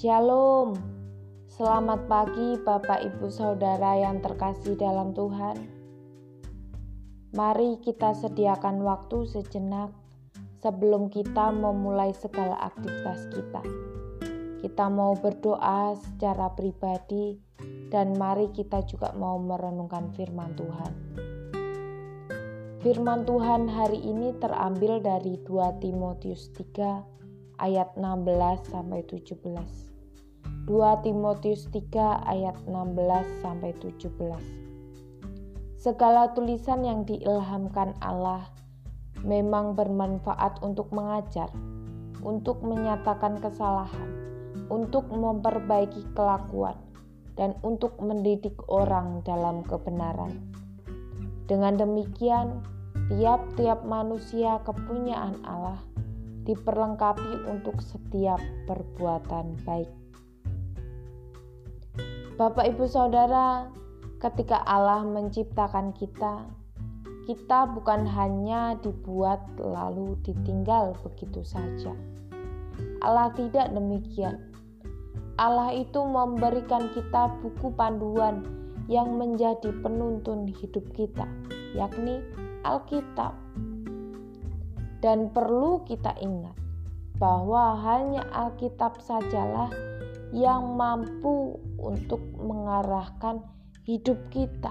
Shalom, selamat pagi Bapak Ibu Saudara yang terkasih dalam Tuhan. Mari kita sediakan waktu sejenak sebelum kita memulai segala aktivitas kita. Kita mau berdoa secara pribadi dan mari kita juga mau merenungkan firman Tuhan. Firman Tuhan hari ini terambil dari 2 Timotius 3 ayat 16-17. 2 Timotius 3 ayat 16-17. Segala tulisan yang diilhamkan Allah memang bermanfaat untuk mengajar, untuk menyatakan kesalahan, untuk memperbaiki kelakuan, dan untuk mendidik orang dalam kebenaran. Dengan demikian, tiap-tiap manusia kepunyaan Allah diperlengkapi untuk setiap perbuatan baik. Bapak Ibu Saudara, ketika Allah menciptakan kita bukan hanya dibuat lalu ditinggal begitu saja. Allah tidak demikian. Allah itu memberikan kita buku panduan yang menjadi penuntun hidup kita, yakni Alkitab. Dan perlu kita ingat bahwa hanya Alkitab sajalah yang mampu untuk mengarahkan hidup kita.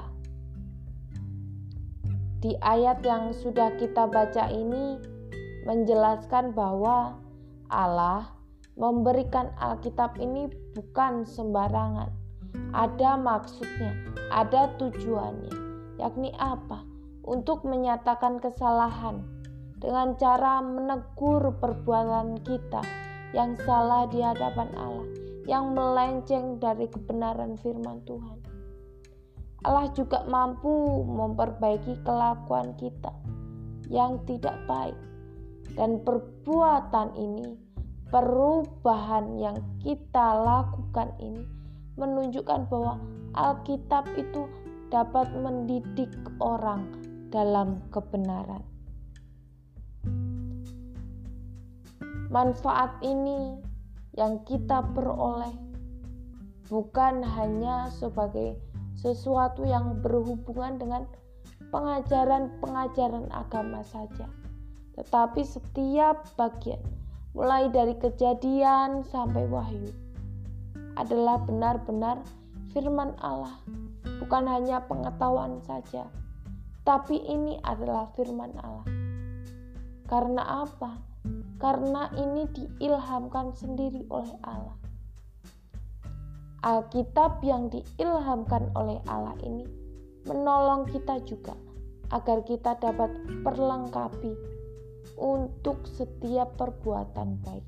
Di ayat yang sudah kita baca ini menjelaskan bahwa Allah memberikan Alkitab ini bukan sembarangan. Ada maksudnya, ada tujuannya, yakni apa? Untuk menyatakan kesalahan dengan cara menegur perbuatan kita yang salah di hadapan Allah, yang melenceng dari kebenaran firman Tuhan. Allah juga mampu memperbaiki kelakuan kita yang tidak baik. Dan perbuatan ini, perubahan yang kita lakukan ini menunjukkan bahwa Alkitab itu dapat mendidik orang dalam kebenaran. Manfaat ini yang kita peroleh bukan hanya sebagai sesuatu yang berhubungan dengan pengajaran-pengajaran agama saja, tetapi setiap bagian, mulai dari Kejadian sampai Wahyu, adalah benar-benar firman Allah, bukan hanya pengetahuan saja, tapi ini adalah firman Allah. Karena apa? Karena ini diilhamkan sendiri oleh Allah. Alkitab yang diilhamkan oleh Allah ini menolong kita juga agar kita dapat perlengkapi untuk setiap perbuatan baik.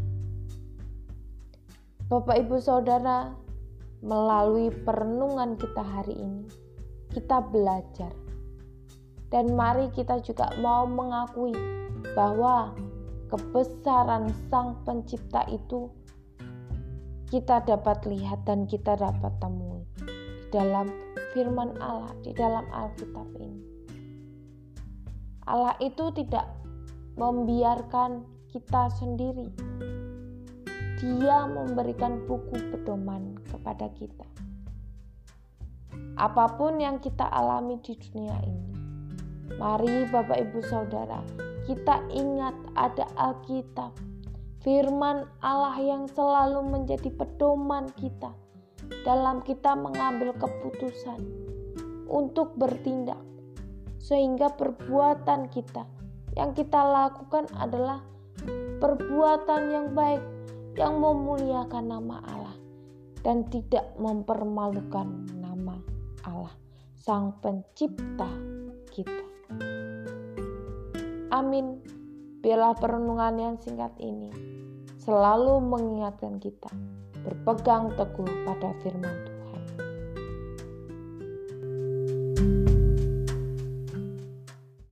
Bapak Ibu Saudara, melalui perenungan kita hari ini, kita belajar. Dan mari kita juga mau mengakui bahwa kebesaran Sang Pencipta itu kita dapat lihat dan kita dapat temui di dalam firman Allah, di dalam Alkitab ini. Allah itu tidak membiarkan kita sendiri. Dia memberikan buku pedoman kepada kita. Apapun yang kita alami di dunia ini, mari Bapak Ibu Saudara, kita ingat ada Alkitab, firman Allah yang selalu menjadi pedoman kita dalam kita mengambil keputusan untuk bertindak, sehingga perbuatan kita yang kita lakukan adalah perbuatan yang baik, yang memuliakan nama Allah dan tidak mempermalukan nama Allah, Sang Pencipta kita. Amin. Biarlah perenungan yang singkat ini selalu mengingatkan kita berpegang teguh pada firman Tuhan.